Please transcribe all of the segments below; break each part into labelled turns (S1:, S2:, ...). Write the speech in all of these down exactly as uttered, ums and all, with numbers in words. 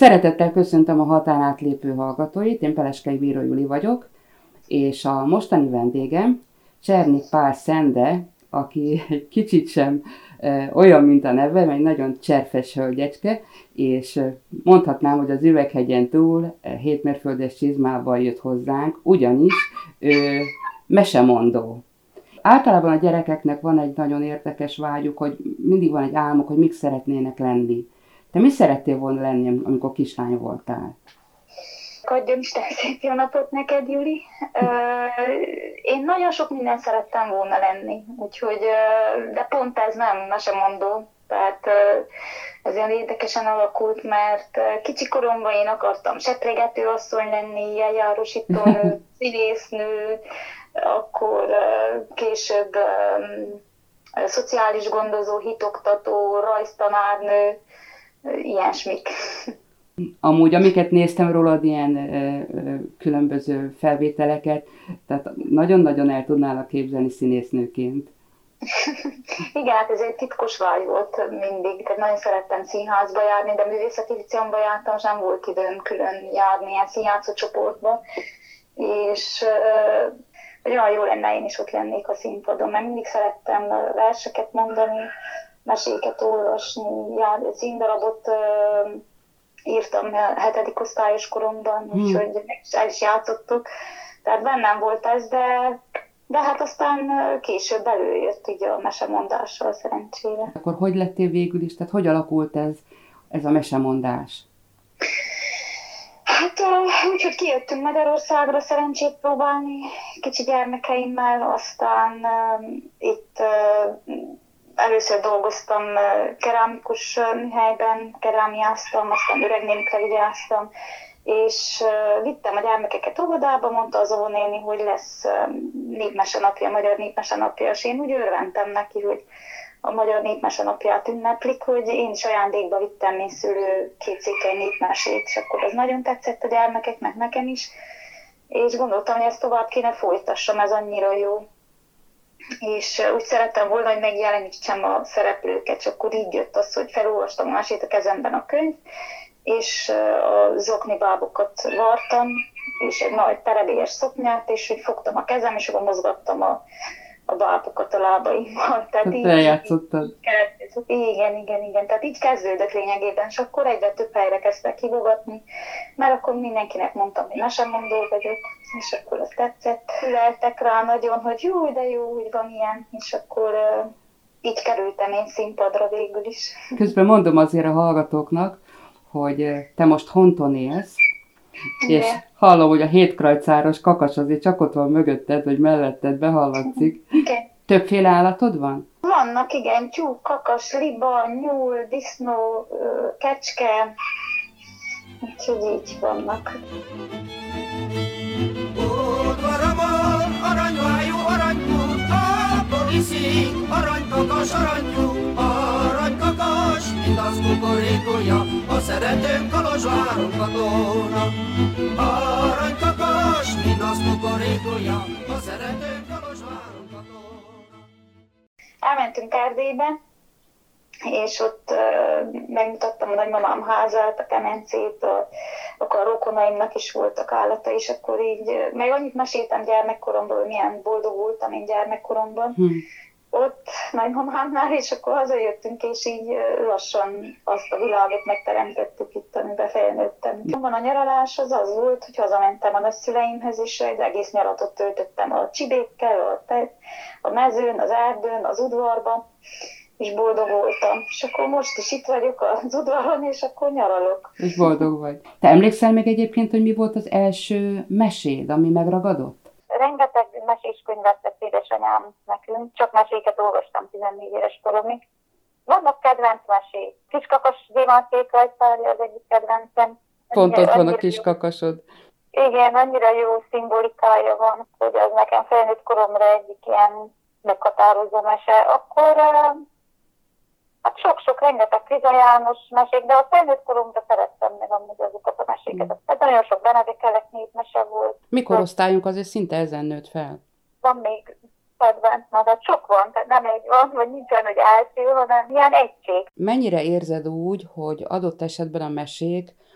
S1: Szeretettel köszöntöm a határon átlépő hallgatóit, én Peleskei Bíró Juli vagyok, és a mostani vendégem Csernik Pál Szende, aki egy kicsit sem e, olyan, mint a neve, mert egy nagyon cserfes hölgyecske, és mondhatnám, hogy az Üveghegyen túl e, hétmérföldes csizmával jött hozzánk, ugyanis ő mesemondó. Általában a gyerekeknek van egy nagyon érdekes vágyuk, hogy mindig van egy álmuk, hogy mik szeretnének lenni. Te mi szerettél volna lenni, amikor kislány voltál?
S2: Adjon Isten szép jó napot neked, Juli. Én nagyon sok mindent szerettem volna lenni, úgyhogy, de pont ez nem mesemondó. Tehát ez olyan érdekesen alakult, mert kicsi koromban én akartam sepregető asszony lenni, eljárosítónő, színésznő, akkor később szociális gondozó, hitoktató, rajztanárnő, ilyesmik.
S1: Amúgy, amiket néztem rólad, ilyen ö, ö, különböző felvételeket, tehát nagyon-nagyon el tudnálak képzelni színésznőként.
S2: Igen, hát ez egy titkos vágy volt mindig, tehát nagyon szerettem színházba járni, de művészeti liceumba jártam, és nem volt időm külön járni ilyen színjátszó csoportba, és ö, olyan jó lenne, én is ott lennék a színpadon, mert mindig szerettem verseket mondani, meséket olvasni, jár, színdarabot ö, írtam hetedik osztályos koromban, hmm. úgyhogy el is játszottuk. Tehát bennem volt ez, de, de hát aztán később előjött így a mesemondással szerencsére.
S1: Akkor hogy lettél végül is? Tehát hogy alakult ez, ez a mesemondás?
S2: Hát úgy, hogy kijöttünk Magyarországra szerencsét próbálni kicsi gyermekeimmel, aztán uh, itt uh, először dolgoztam kerámikus műhelyben, kerámiáztam, aztán öregnémikre vigyáztam, és vittem a gyermekeket óvodába, mondta az óvónéni, hogy lesz népmese napja, magyar népmese napja, és én úgy örventem neki, hogy a magyar népmese napját ünneplik, hogy én is ajándékba vittem, mint szülő, két székely népmesét, és akkor ez nagyon tetszett a gyermekeknek, nekem is, és gondoltam, hogy ezt tovább kéne folytassam, ez annyira jó. És úgy szerettem volna, hogy megjelenítsem a szereplőket, és akkor így jött az, hogy felolvastam a mesét, a kezemben a könyv, és a zoknibábokat vartam, és egy nagy terebélyes szoknyát, és úgy fogtam a kezem, és akkor mozgattam a, a bábokat a lábaimmal. Tehát így
S1: eljátszottad.
S2: Igen, igen, igen. Tehát így kezdődött lényegében, és akkor egyre több helyre kezdtek hívogatni, mert akkor mindenkinek mondtam, hogy mesemondó vagyok, és akkor azt tetszett. Leltek rá nagyon, hogy jó, de jó, hogy van ilyen, és akkor uh, így kerültem én színpadra végül is.
S1: Közben mondom azért a hallgatóknak, hogy te most Honton élsz, igen. És hallom, hogy a hétkrajcáros kakas azért csak ott van mögötted, vagy melletted, behallatszik.
S2: Igen.
S1: Többféle állatod van?
S2: Vannak, igen, tyúk, kakas, liba, nyúl, disznó, kecske, úgyhogy így vannak.
S3: Udvaramon aranyvájú aranyút, abból iszik, aranykakas aranytyúk, aranykakas, mint az kukorékolja, a szeretőnk Kolozsváron katona. Aranykakas, mint az kukorékolja, a szeretőnk Kolozsváron katona.
S2: Elmentünk Erdélybe, és ott uh, megmutattam a nagymamám házát, a kemencét, a, akkor a rokonaimnak is voltak állatai, és akkor így, uh, meg annyit meséltem gyermekkoromból, hogy milyen boldog voltam én gyermekkoromban. Hmm. Ott nagymamámnál, és akkor hazajöttünk, és így uh, lassan azt a világot megteremtettük itt, amiben felnőttem. Van a nyaralás az az volt, hogy hazamentem a nagyszüleimhez, és egy egész nyarat ott töltöttem a csibékkel, a, te, a mezőn, az erdőn, az udvarban, és boldog voltam. És akkor most is itt vagyok az udvaron, és akkor nyaralok.
S1: És boldog vagy. Te emlékszel meg egyébként, hogy mi volt az első meséd, ami megragadott?
S2: Rengeteg mesés könyvet vett édesanyám nekünk, csak meséket olvastam tizennégy éves koromig. Vannak kedvenc mesék. Kiskakas Démán Kékrajzpálja az egyik kedvencem.
S1: Pont ott van a kiskakasod.
S2: Igen, annyira jó szimbolikája van, hogy az nekem felnőtt koromra egyik ilyen meghatározó mese. Akkor hát sok-sok, rengeteg Kriza János mesék, de a felnőtt koromra szerettem meg amúgy azokat a meséket. Mm. Tehát nagyon sok Benedek népmese volt.
S1: Mikor osztályunk azért szinte ezen nőtt fel?
S2: Van még kedvenc, na, de sok van, tehát nem egy van, vagy nincs olyan, hogy első, hanem ilyen egység.
S1: Mennyire érzed úgy, hogy adott esetben a mesék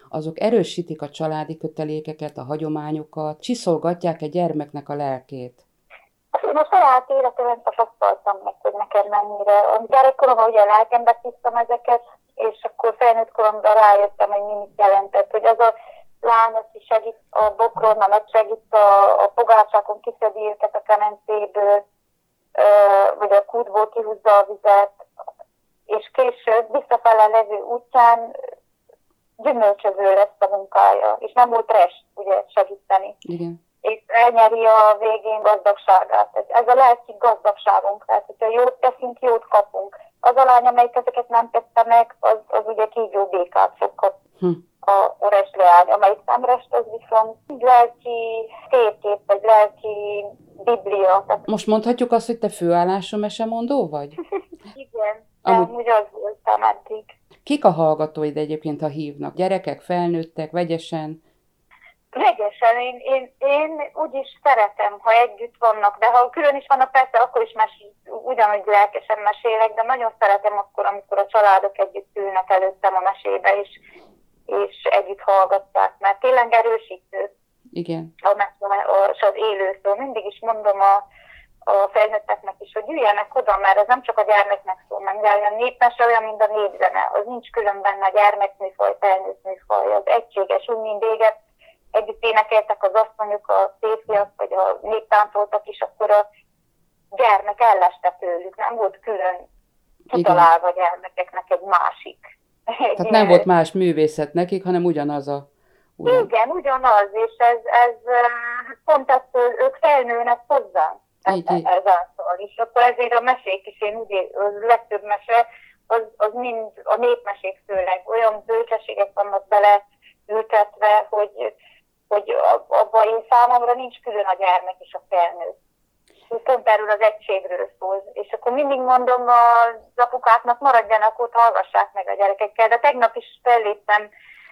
S1: azok erősítik a családi kötelékeket, a hagyományokat, csiszolgatják egy gyermeknek a lelkét.
S2: Én a saját életemben tapasztaltam meg, hogy neked mennyire. A gyerekkoromban ugye lelkembe tisztam ezeket, és akkor felnőtt koromban rájöttem, hogy mi mit jelentett, hogy az a lány, aki segít a bokron, mert segít a, a pogácsákon, kiszedi őket a kemencéből, vagy a kútból kihúzza a vizet, és később visszafele levő útján gyümölcsöző lesz a munkája, és nem volt rest, ugye, segíteni.
S1: Igen.
S2: És elnyeri a végén gazdagságát. Ez, ez a lelki gazdagságunk, tehát hogyha jót teszünk, jót kapunk. Az a lány, amelyik ezeket nem tette meg, az, az ugye kígyó békát fog kapni. Hm. A, a restleány, amelyik nem rest, az viszont lelki térkép, vagy lelki biblia.
S1: Most mondhatjuk azt, hogy te főállású mesemondó vagy?
S2: Igen,
S1: Amúgy...
S2: amúgy az voltam eddig.
S1: Kik a hallgatóid egyébként, ha hívnak? Gyerekek, felnőttek, vegyesen?
S2: Vegyesen. Én, én, én úgyis szeretem, ha együtt vannak, de ha külön is vannak, persze akkor is mesél, ugyanúgy lelkesen mesélek, de nagyon szeretem akkor, amikor a családok együtt ülnek előttem a mesébe, és, és együtt hallgatták, mert tényleg erősítő.
S1: Igen.
S2: A mese, és az élő szó. Mindig is mondom a, a felnőtteknek is, hogy üljenek oda, mert ez nem csak a gyermeknek szól, meg a népmese olyan, mint a népzene. Az nincs külön benne a gyermekműfaj, felnőtt műfaj, az egységes, úgy mint régen. Együtt énekeltek az asszonyok, a férfiak, vagy a néptáncoltak is, akkor a gyermek elleste tőlük, nem volt külön kitalálva a gyermekeknek egy másik.
S1: Tehát egy nem volt más művészet nekik, hanem ugyanaz a...
S2: Ugyan. Igen, ugyanaz, és ez, ez pont ettől ők felnőnek hozzá ezáltal. És akkor ezért a mesék is, én úgy, az legtöbb mese, az, az mind a népmesék főleg, olyan bölcsességek vannak bele ültetve, hogy, hogy abban én számomra nincs külön a gyermek és a felnőtt. Pont erről az egységről szól. És akkor mindig mondom az apukáknak, maradjanak ott, hallgassák meg a gyerekekkel. De tegnap is felléptem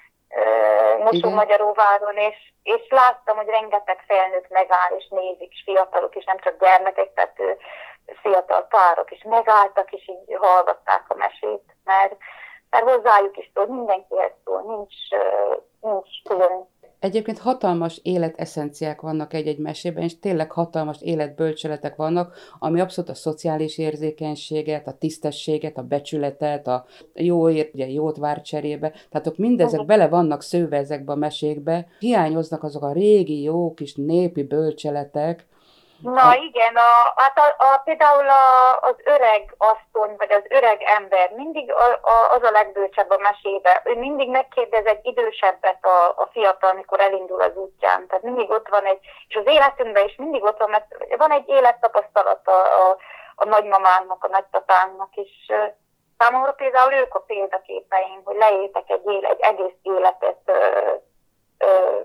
S2: uh, Mosómagyaróváron, és, és láttam, hogy rengeteg felnőtt megáll, és nézik, és fiatalok, és nem csak gyermekek, tehát uh, fiatal párok is megálltak, és így hallgatták a mesét, mert, mert hozzájuk is szól, mindenkihez szól, nincs, uh, nincs külön.
S1: Egyébként hatalmas életeszenciák vannak egy-egy mesében, és tényleg hatalmas életbölcseletek vannak, ami abszolút a szociális érzékenységet, a tisztességet, a becsületet, a jóért, ugye jót vár cserébe. Tehát ott mindezek uh-huh. bele vannak szőve ezekbe a mesékbe. Hiányoznak azok a régi, jó kis népi bölcseletek.
S2: Na a... igen, a, hát a, a, például a, az öreg asszony, vagy az öreg ember, mindig a, a, az a legbölcsebb a mesébe. Ő mindig megkérdez egy idősebbet a, a fiatal, amikor elindul az útján. Tehát mindig ott van egy, és az életünkben is mindig ott van, mert van egy élettapasztalat a, a, a nagymamának, a nagypapánknak, és uh, számomra például ők a példaképeim, hogy leéltek egy, éle, egy egész életet uh, uh,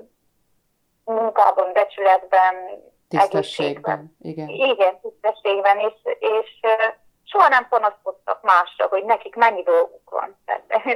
S2: munkában, becsületben,
S1: tisztességben, igen.
S2: Igen, tisztességben, és, és uh, soha nem panaszkodtak másra, hogy nekik mennyi dolguk van. Tehát, uh,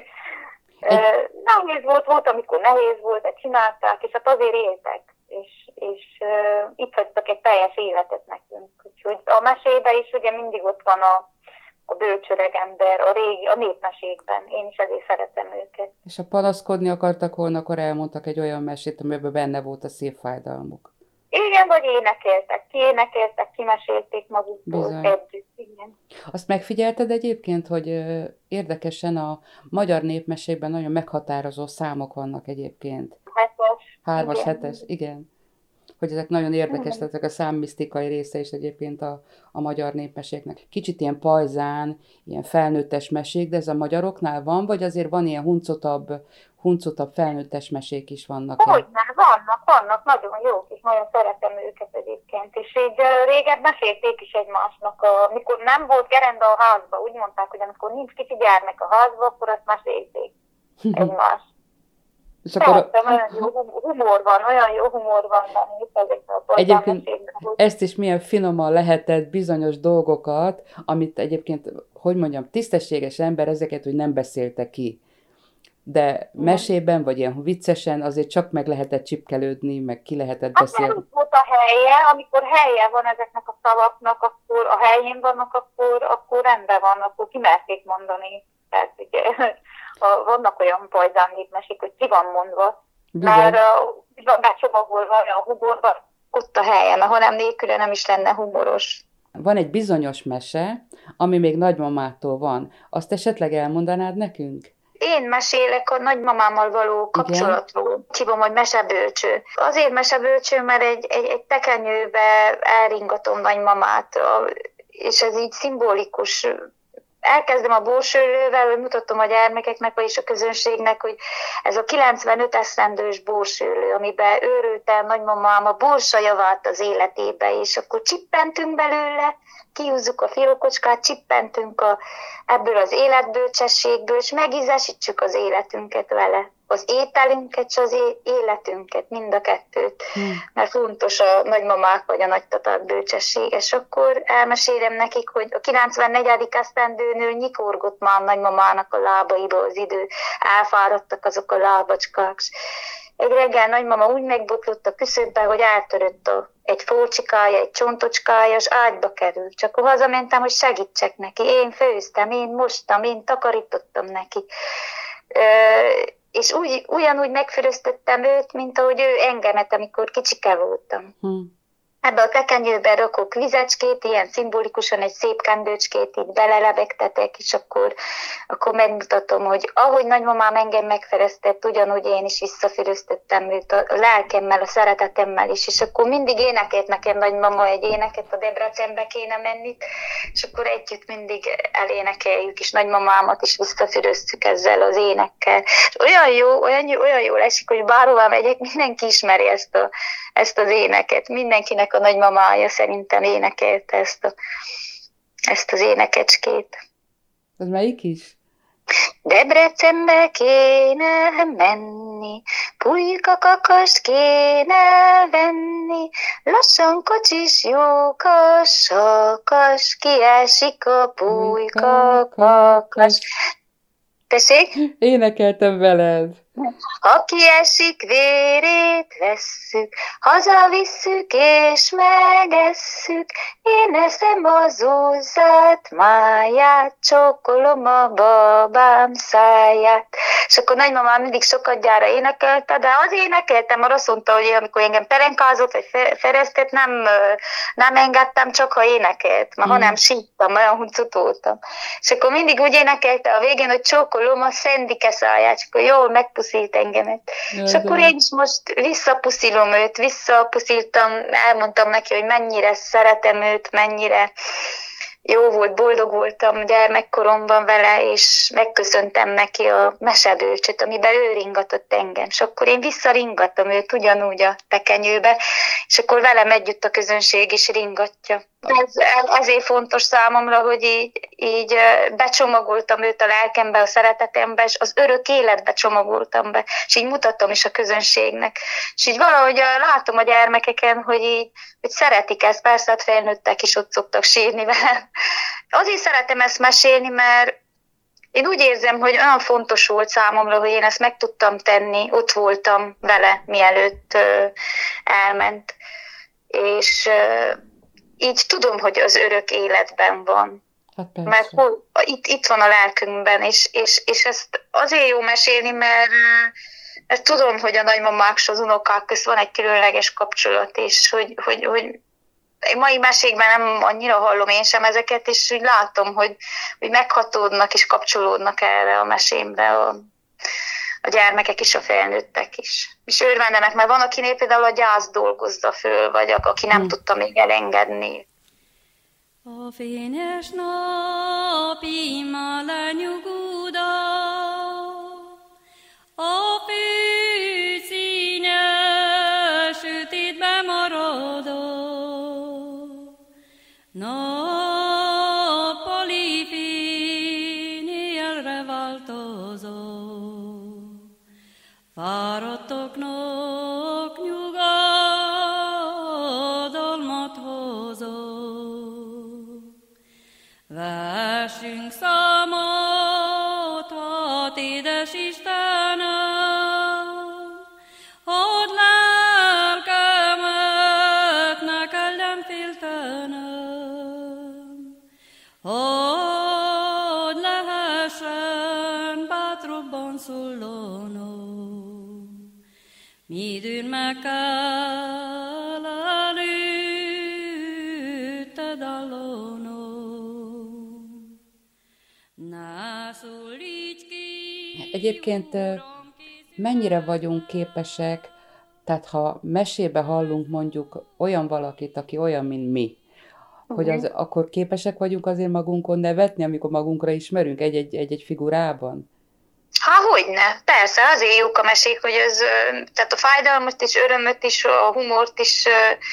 S2: nehéz volt, volt, amikor nehéz volt, de csinálták, és hát azért éltek, és, és uh, itt hagytak egy teljes életet nekünk. Úgyhogy a mesében is ugye mindig ott van a, a bölcsöreg ember, a régi, a népmesékben. Én is ezért szeretem őket.
S1: És ha panaszkodni akartak volna, akkor elmondtak egy olyan mesét, amiben benne volt a szép fájdalmuk.
S2: Igen, vagy énekeltek, ki énekeltek, kimesélték magukból együtt, igen.
S1: Azt megfigyelted egyébként, hogy érdekesen a magyar népmesékben nagyon meghatározó számok vannak egyébként?
S2: Hetes.
S1: Hármas,
S2: igen.
S1: hetes, igen. Hogy ezek nagyon érdekes, ezek a számmisztikai része is egyébként a, a magyar népmeséknek. Kicsit ilyen pajzán, ilyen felnőttes mesék, de ez a magyaroknál van, vagy azért van ilyen huncotabb, huncotabb felnőttes mesék is vannak?
S2: Hogy nem, vannak, vannak, nagyon jók, és nagyon szeretem őket egyébként. És így uh, régen mesélték is egymásnak, a, amikor nem volt gerenda a házba, úgy mondták, hogy amikor nincs kicsi gyermek a házba, akkor azt mesélték egymást. És akkor... Persze, olyan jó humor van, olyan jó humor van benne.
S1: Egyébként ezt is milyen finoman lehetett bizonyos dolgokat, amit egyébként, hogy mondjam, tisztességes ember ezeket, hogy nem beszélte ki. De mesében, vagy ilyen viccesen azért csak meg lehetett csipkelődni, meg ki lehetett beszélni.
S2: Hát nem volt a helye, amikor helye van ezeknek a szavaknak, akkor a helyén vannak, akkor, akkor rendben van, akkor kimerték mondani. Tehát ugye, a, vannak olyan pajzán népmesék, hogy ki van mondva,
S1: Bizony.
S2: mert uh, becsomagolva a humorban, ott a helye, mert ha nem nélküle nem is lenne humoros.
S1: Van egy bizonyos mese, ami még nagymamától van. Azt esetleg elmondanád nekünk?
S2: Én mesélek a nagymamámmal való kapcsolatról. Hívom, hogy mesebölcső. Azért mesebölcső, mert egy, egy, egy tekenyőbe elringatom nagymamát, és ez így szimbolikus. Elkezdem a borsőlővel, hogy mutatom a gyermekeknek, vagyis a közönségnek, hogy ez a kilencvenöt esztendős borsőlő, amiben őrült el nagymamám a borsa javát az életébe, és akkor csippentünk belőle, kihúzzuk a fiókocskát, csippentünk a, ebből az életbölcsességből, és megízesítsük az életünket vele. Az ételünket, és az életünket, mind a kettőt. Hmm. Mert fontos a nagymamák vagy a nagytaták bölcsessége. És akkor elmesélem nekik, hogy a kilencvennegyedik esztendőnől nyikorgott már nagymamának a lábaiba az idő. Elfáradtak azok a lábacskák. Egy reggel nagymama úgy megbotlott a küszöbbe, hogy eltörött a, egy fócsikája, egy csontocskája, és ágyba került. Csak akkor hazamentem, hogy segítsek neki. Én főztem, én mostam, én takarítottam neki. Ö- és úgy, ugyanúgy megfüröztöttem őt, mint ahogy ő engemet, amikor kicsike voltam. Hmm. Ebbe a tekenyőben rakok vizecskét, ilyen szimbolikusan egy szép kendőcskét így belelebegtetek, és akkor, akkor megmutatom, hogy ahogy nagymamám engem megfereztett, ugyanúgy én is visszafüröztöttem őt a lelkemmel, a szeretetemmel is, és akkor mindig énekelt nekem nagymama egy éneket, a Debrecenbe kéne menni, és akkor együtt mindig elénekeljük, és nagymamámat is visszafüröztük ezzel az énekkel. És olyan jó, olyan jó, olyan jó esik, hogy bárhová megyek, mindenki ismeri ezt, a, ezt az éneket, mindenkinek a nagymamája szerintem énekelte ezt, a, ezt az énekecskét.
S1: Az melyik is?
S2: Debrecenbe kéne menni, pulykakakast kéne venni, lassan kocsis jókas, sakas, kiesik a pulykakas. Tessék?
S1: Énekeltem veled.
S2: Ha kiesik, vérét vesszük, hazavisszük és megesszük, én eszem az úzzat máját, csókolom a babám száját. És akkor nagymamám mindig sokat gyára énekelte, de az énekeltem, mert azt mondta, hogy amikor engem pelenkázott, vagy feresztett, nem, nem engedtem, csak ha énekelt, mert mm. ha nem síttam, olyan huncut voltam. És akkor mindig úgy énekelte a végén, hogy csókolom a szendike száját, és akkor jól megpuszít engemet. Jaj, és akkor én is most visszapuszilom őt, visszapusziltam, elmondtam neki, hogy mennyire szeretem őt, mennyire jó volt, boldog voltam gyermekkoromban vele, és megköszöntem neki a mesebölcsöt, amiben ő ringatott engem. És akkor én visszaringatom őt ugyanúgy a tekenyőbe, és akkor velem együtt a közönség is ringatja. Ez, ezért fontos számomra, hogy így, így becsomagoltam őt a lelkembe, a szeretetembe, és az örök életbe csomagoltam be, és így mutatom is a közönségnek. És így valahogy látom a gyermekeken, hogy így hogy szeretik ezt, persze hát felnőttek is ott szoktak sírni velem. Azért szeretem ezt mesélni, mert én úgy érzem, hogy olyan fontos volt számomra, hogy én ezt meg tudtam tenni, ott voltam vele, mielőtt elment. És így tudom, hogy az örök életben van.
S1: Hát
S2: mert itt, itt van a lelkünkben, és, és, és ezt azért jó mesélni, mert, mert tudom, hogy a nagymamák és az unokák közt van egy különleges kapcsolat, és hogy, hogy, hogy mai mesékben nem annyira hallom én sem ezeket, és úgy látom, hogy, hogy meghatódnak és kapcsolódnak erre a mesémre a, a gyermekek is, a felnőttek is. És örvendenek, mert van, akinél például a gyász dolgozza föl, vagy aki nem hmm. tudta még elengedni.
S4: A fényes nap ima lenyuguda, a fűszíne sötétbe maradó, nappali fény éjjelre változó, fáradtoknak nyugodalmat hozó. Vessünk számot, hat édes Istenem, hadd lelkemet ne kelljen féltenem, hadd lehessen bátrabb midőn meg kell előtted allono. Na szólíts ki,
S1: Egyébként mennyire vagyunk képesek, tehát ha mesébe hallunk mondjuk olyan valakit, aki olyan, mint mi, hogy az, akkor képesek vagyunk azért magunkon nevetni, amikor magunkra ismerünk egy-egy, egy-egy figurában?
S2: Há, hogyne. Persze, azért jók a mesék, hogy ez, tehát a fájdalmat is, örömöt is, a humort is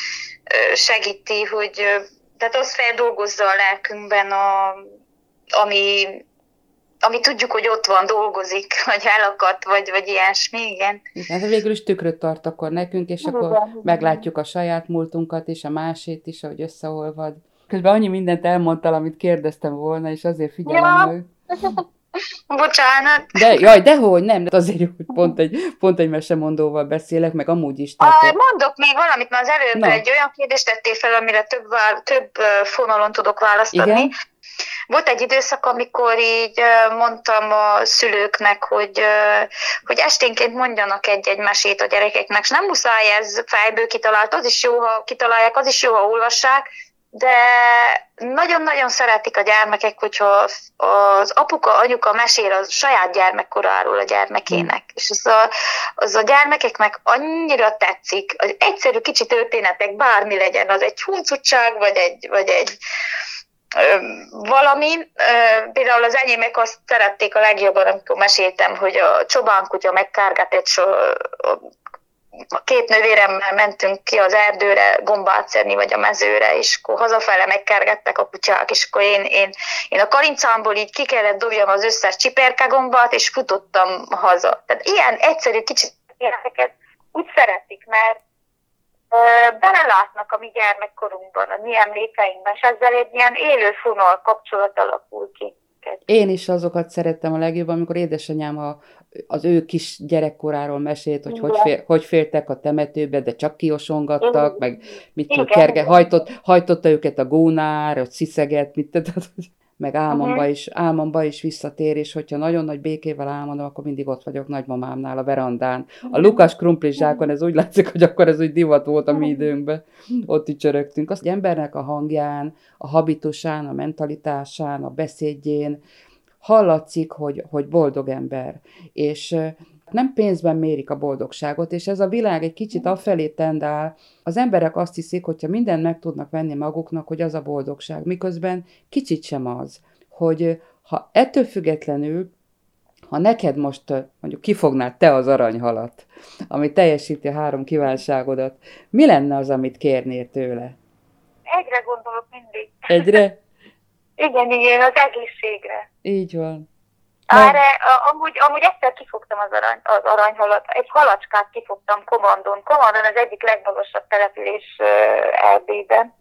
S2: segíti, hogy tehát az feldolgozza a lelkünkben, a, ami, ami tudjuk, hogy ott van, dolgozik, vagy elakadt, vagy, vagy ilyesmi, igen.
S1: Igen, de végül is tükröt tart akkor nekünk, és igen, akkor igen, meglátjuk a saját múltunkat, és a másét is, ahogy összeolvad. Közben annyi mindent elmondtál, amit kérdeztem volna, és azért figyelem,
S2: ja.
S1: hogy...
S2: Bocsánat.
S1: De, jaj, dehogy, nem, azért jó, hogy pont egy, pont egy mesemondóval beszélek, meg amúgy is. Tehát...
S2: A, mondok még valamit, mert az előbb Na. egy olyan kérdést tettél fel, amire több, több fonalon tudok választ adni. Igen? Volt egy időszak, amikor így mondtam a szülőknek, hogy, hogy esténként mondjanak egy-egy mesét a gyerekeknek, és nem muszáj ez fejből kitalált, az is jó, ha kitalálják, az is jó, ha olvassák, de nagyon-nagyon szeretik a gyermekek, hogyha az apuka, anyuka mesél a saját gyermekkoráról a gyermekének. Mm. És az a, az a gyermekeknek annyira tetszik, az egyszerű kicsi történetek, bármi legyen, az egy huncutság, vagy egy, vagy egy ö, valami. Ö, például az enyémek azt szerették a legjobban, amikor meséltem, hogy a csobánkutya megkárgát egy so, a két nővéremmel mentünk ki az erdőre gombát szedni, vagy a mezőre, és akkor hazafele megkergettek a kutyák, és akkor én, én, én a karincámból így ki kellett dobjam az összes csiperkegombát, és futottam haza. Tehát ilyen egyszerű kicsit érdeket úgy szeretik, mert ö, belelátnak a mi gyermekkorunkban, a mi emlékeinkben, és ezzel egy ilyen élő fonal kapcsolat alakul ki.
S1: Én is azokat szerettem a legjobban, amikor édesanyám a, az ő kis gyerekkoráról mesélt, hogy hogy, fél, hogy féltek a temetőbe, de csak kiosongattak, meg mit tudom, kerge, hajtott, hajtotta őket a gónár, hogy sziszeget, mit tudom, meg álmomba uh-huh. is, álmomba is visszatér, és hogyha nagyon nagy békével álmodom, akkor mindig ott vagyok nagymamámnál a verandán. A Lukas krumplis zsákon ez úgy látszik, hogy akkor ez úgy divat volt a mi időnkben. Ott is csörögtünk. Az embernek a hangján, a habitusán, a mentalitásán, a beszédjén hallatszik, hogy, hogy boldog ember. És nem pénzben mérik a boldogságot, és ez a világ egy kicsit afelé tendál. Az emberek azt hiszik, hogyha mindent meg tudnak venni maguknak, hogy az a boldogság, miközben kicsit sem az, hogy ha ettől függetlenül, ha neked most mondjuk kifognád te az aranyhalat, ami teljesíti a három kívánságodat, mi lenne az, amit kérnél tőle?
S2: Egyre gondolok mindig.
S1: Egyre?
S2: Igen, igen, az egészségre.
S1: Így van.
S2: Erre, amúgy, amúgy egyszer kifogtam az, arany, az aranyhalat, egy halacskát kifogtam Komandon. Komandon az egyik legmagasabb település uh, Erdélyben.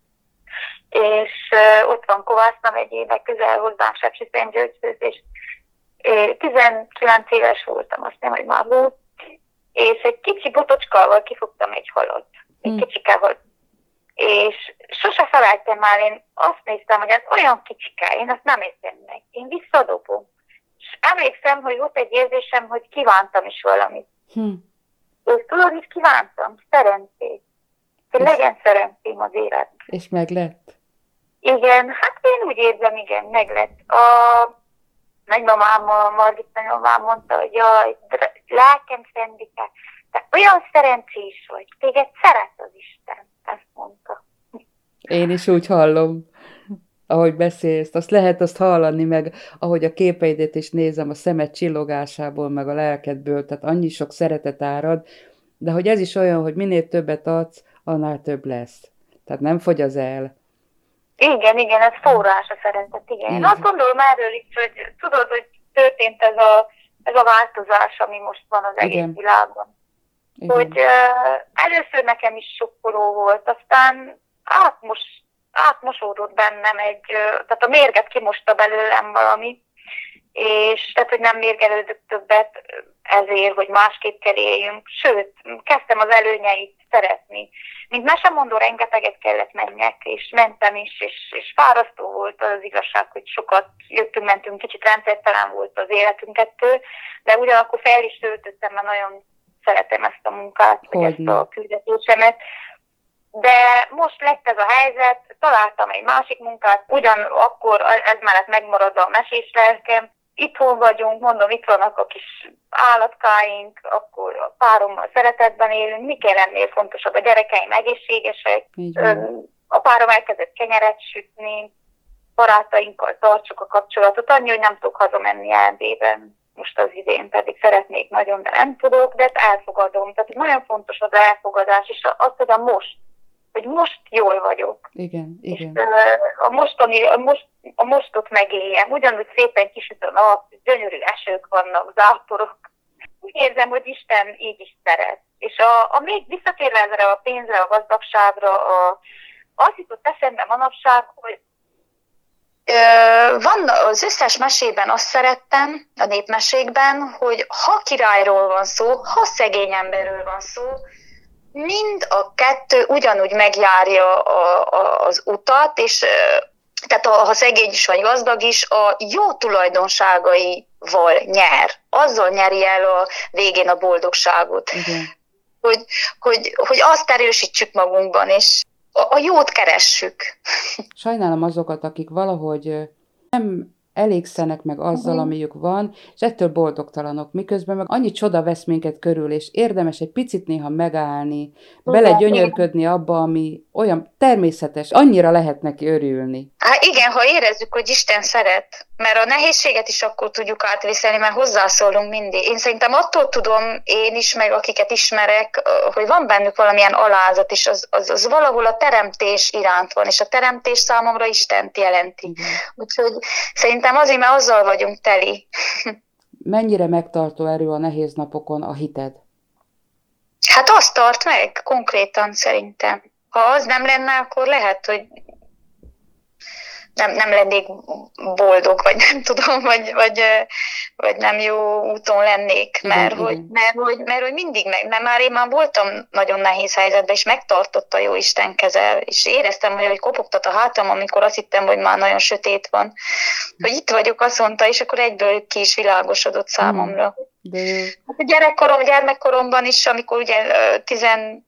S2: És uh, ott van Kovászna megyében, közel hozzám Sepsiszentgyörgyhöz, és uh, tizenkilenc éves voltam, azt nem, hogy már volt, és egy kicsi botocskával kifogtam egy halat, egy hmm. kicsike halat. És sose felejtem már, én azt néztem, hogy ez olyan kicsike, én azt nem értem meg, én visszadobom. És emlékszem, hogy volt egy érzésem, hogy kívántam is valamit. Hm. És tudod, mit kívántam? Szerencsét. Hogy legyen szerencsém az életben.
S1: És meg lett?
S2: Igen, hát én úgy érzem, igen, meg lett. A nagymamám, a Margit nagymamám mondta, hogy jaj, lelkem Szendike, te olyan szerencsés vagy, téged szeret az Isten, ezt mondta.
S1: Én is úgy hallom, ahogy beszélsz, azt lehet azt hallani, meg ahogy a képeidet is nézem, a szemed csillogásából, meg a lelkedből, tehát annyi sok szeretet árad, de hogy ez is olyan, hogy minél többet adsz, annál több lesz. Tehát nem fogy az el.
S2: Igen, igen, ez forrás a szeretet, igen. Én azt gondolom erről is, hogy tudod, hogy történt ez a, ez a változás, ami most van az egész igen. világon. Igen. Hogy uh, először nekem is sokkoló volt, aztán átmos, átmosódott bennem egy, uh, tehát a mérget kimosta belőlem valami, és tehát, hogy nem mérgelődök többet ezért, hogy másképp kell éljünk, sőt, kezdtem az előnyeit szeretni. Mint mesemondó, rengeteget kellett menjek, és mentem is, és, és fárasztó volt az igazság, hogy sokat jöttünk, mentünk, kicsit rendszertelen volt az életünk ettől, de ugyanakkor fel is töltöttem, mert nagyon szeretem ezt a munkát, vagy
S1: Hogyne.
S2: ezt a küldetésemet. De most lett ez a helyzet, találtam egy másik munkát, ugyanakkor ez mellett megmarad a mesés lelkem. Itthon vagyunk, mondom, itt vannak a kis állatkáink, akkor a párommal szeretetben élünk, mi kell ennél fontosabb, a gyerekeim egészségesek, a párom elkezdett kenyeret sütni, barátainkkal tartsuk a kapcsolatot, annyi, hogy nem tudok hazamenni Erdélyben most az idén, pedig szeretnék nagyon, de nem tudok, de ezt elfogadom. Tehát nagyon fontos az elfogadás, és az, hogy a most, hogy most jól vagyok.
S1: Igen, igen.
S2: És, a, mostani, a, most, a mostot megéljem, ugyanúgy szépen kisüt a nap, gyönyörű esők vannak, záporok. Úgy érzem, hogy Isten így is szeret. És a, a még visszatérve ezre a pénzre, a gazdagságra, a, az jutott eszembe manapság, hogy van az összes mesében azt szerettem, a népmesékben, hogy ha királyról van szó, ha szegény emberről van szó, mind a kettő ugyanúgy megjárja a, a, az utat, és tehát ha szegény is vagy gazdag is, a jó tulajdonságaival nyer. Azzal nyeri el a végén a boldogságot. Okay. Hogy, hogy, hogy azt erősítsük magunkban, és a jót keressük.
S1: Sajnálom azokat, akik valahogy nem elégszenek meg azzal, uh-huh. amiük van, és ettől boldogtalanok, miközben meg annyi csoda vesz minket körül, és érdemes egy picit néha megállni, belegyönyörködni abba, ami olyan természetes, annyira lehet neki örülni.
S2: Hát igen, ha érezzük, hogy Isten szeret, mert a nehézséget is akkor tudjuk átviselni, mert hozzászólunk mindig. Én szerintem attól tudom, én is, meg akiket ismerek, hogy van bennük valamilyen alázat, és az, az, az valahol a teremtés iránt van, és a teremtés számomra Istent jelenti. Igen. Úgyhogy szerintem azért, mert azzal vagyunk teli.
S1: Mennyire megtartó erő a nehéz napokon a hited?
S2: Hát azt tart meg, konkrétan szerintem. Ha az nem lenne, akkor lehet, hogy nem, nem lennék boldog, vagy nem tudom, vagy, vagy, vagy nem jó úton lennék, igen, mert, igen. Hogy, mert, hogy, mert hogy mindig meg, mert már én már voltam nagyon nehéz helyzetben, és megtartotta jó Isten kezel, és éreztem, hogy, hogy kopogtat a hátam, amikor azt hittem, hogy már nagyon sötét van, hogy itt vagyok, azt mondta, és akkor egyből ki is világosodott számomra. De... Hát a gyerekkorom, gyermekkoromban is, amikor ugye tizen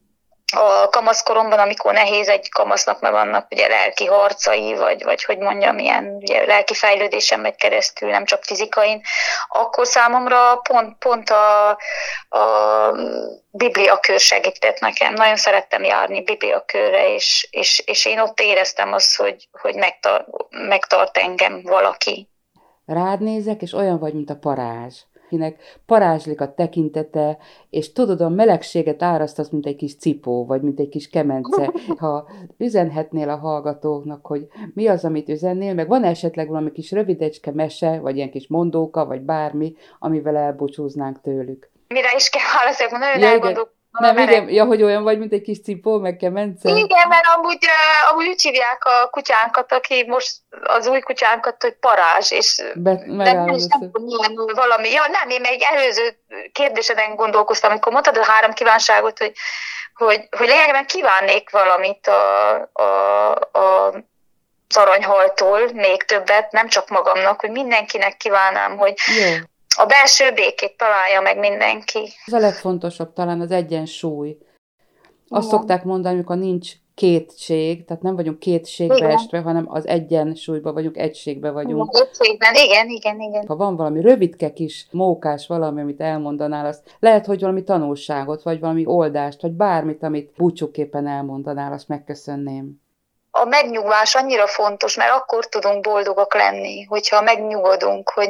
S2: a kamaszkoromban, amikor nehéz egy kamasznak, meg vannak ugye lelki harcai, vagy, vagy hogy mondjam, ilyen ugye, lelki fejlődésen megy keresztül, nem csak fizikain, akkor számomra pont, pont a, a bibliakör segített nekem. Nagyon szerettem járni bibliakörre, és, és, és én ott éreztem azt, hogy, hogy megtart, megtart engem valaki.
S1: Rád nézek, és olyan vagy, mint a parázs, akinek parázslik a tekintete, és tudod, a melegséget árasztasz, mint egy kis cipó, vagy mint egy kis kemence. Ha üzenhetnél a hallgatóknak, hogy mi az, amit üzennél, meg van esetleg valami kis rövidecske mese, vagy ilyen kis mondóka, vagy bármi, amivel elbúcsúznánk tőlük.
S2: Mire is kell válaszolni, nagyon ja, elgondolkodom.
S1: Nem, igen, ja, hogy olyan vagy, mint egy kis cipó, meg kemence.
S2: Igen, mert amúgy, uh, amúgy úgy hívják a kutyánkat, aki most az új kutyánkat, hogy parázs, és
S1: Be,
S2: nem is nem tudom, milyen valami. Ja, nem, én egy előző kérdéseden gondolkoztam, amikor mondtad a három kívánságot, hogy, hogy, hogy lényegében kívánnék valamit a, a, a az aranyhaltól, még többet, nem csak magamnak, hogy mindenkinek kívánnám, hogy jó. A belső békét találja meg mindenki.
S1: Ez a legfontosabb talán az egyensúly. Azt igen. Szokták mondani, amikor nincs kétség, tehát nem vagyunk kétségbe igen. Estve, hanem az egyensúlyban vagyunk, egységbe vagyunk.
S2: Igen, egységben, igen, igen, igen.
S1: Ha van valami rövidke kis mókás valami, amit elmondanál, azt lehet, hogy valami tanulságot, vagy valami oldást, vagy bármit, amit búcsúképpen elmondanál, azt megköszönném.
S2: A megnyugvás annyira fontos, mert akkor tudunk boldogak lenni, hogyha megnyugodunk, hogy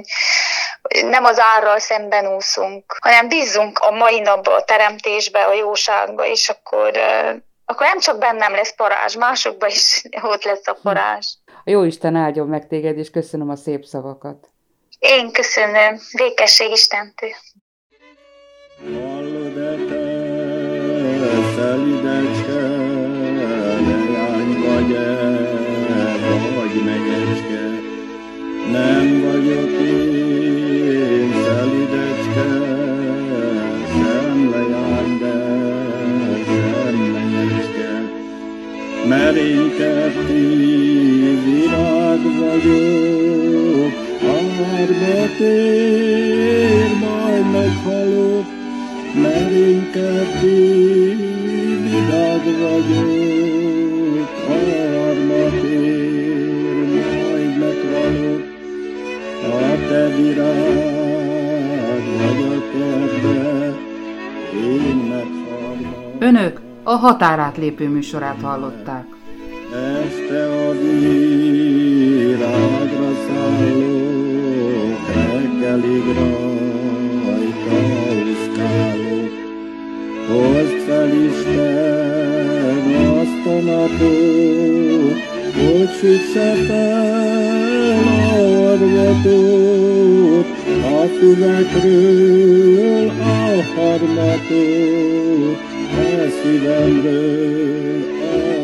S2: nem az árral szemben úszunk, hanem bízzunk a mai napba, a teremtésbe, a jóságba, és akkor, akkor nem csak bennem lesz parázs, másokban is ott lesz a parázs.
S1: A Jóisten áldjon meg téged, és köszönöm a szép szavakat.
S2: Én köszönöm. Békesség Istentől.
S5: Hallod-e te, szelidecske, leány vagy-e, vagy megyecske, nem vagyok én, szelidecske, szemleány, de szemmenyecske, merénytett virág vagyok, árba tér, majd meghalok, mert kerti virág vagyok, harmatér majd meghalok, a te virág vagy a kertbe, én meghalok.
S1: Önök a határátlépő műsorát hallották.
S5: Este a virágra szállok, reggelig rajta úszkálok. Hozd fel Isten azt a napot, hogy sütse fel a harmatot, a füvekről a harmatot, a szívemről a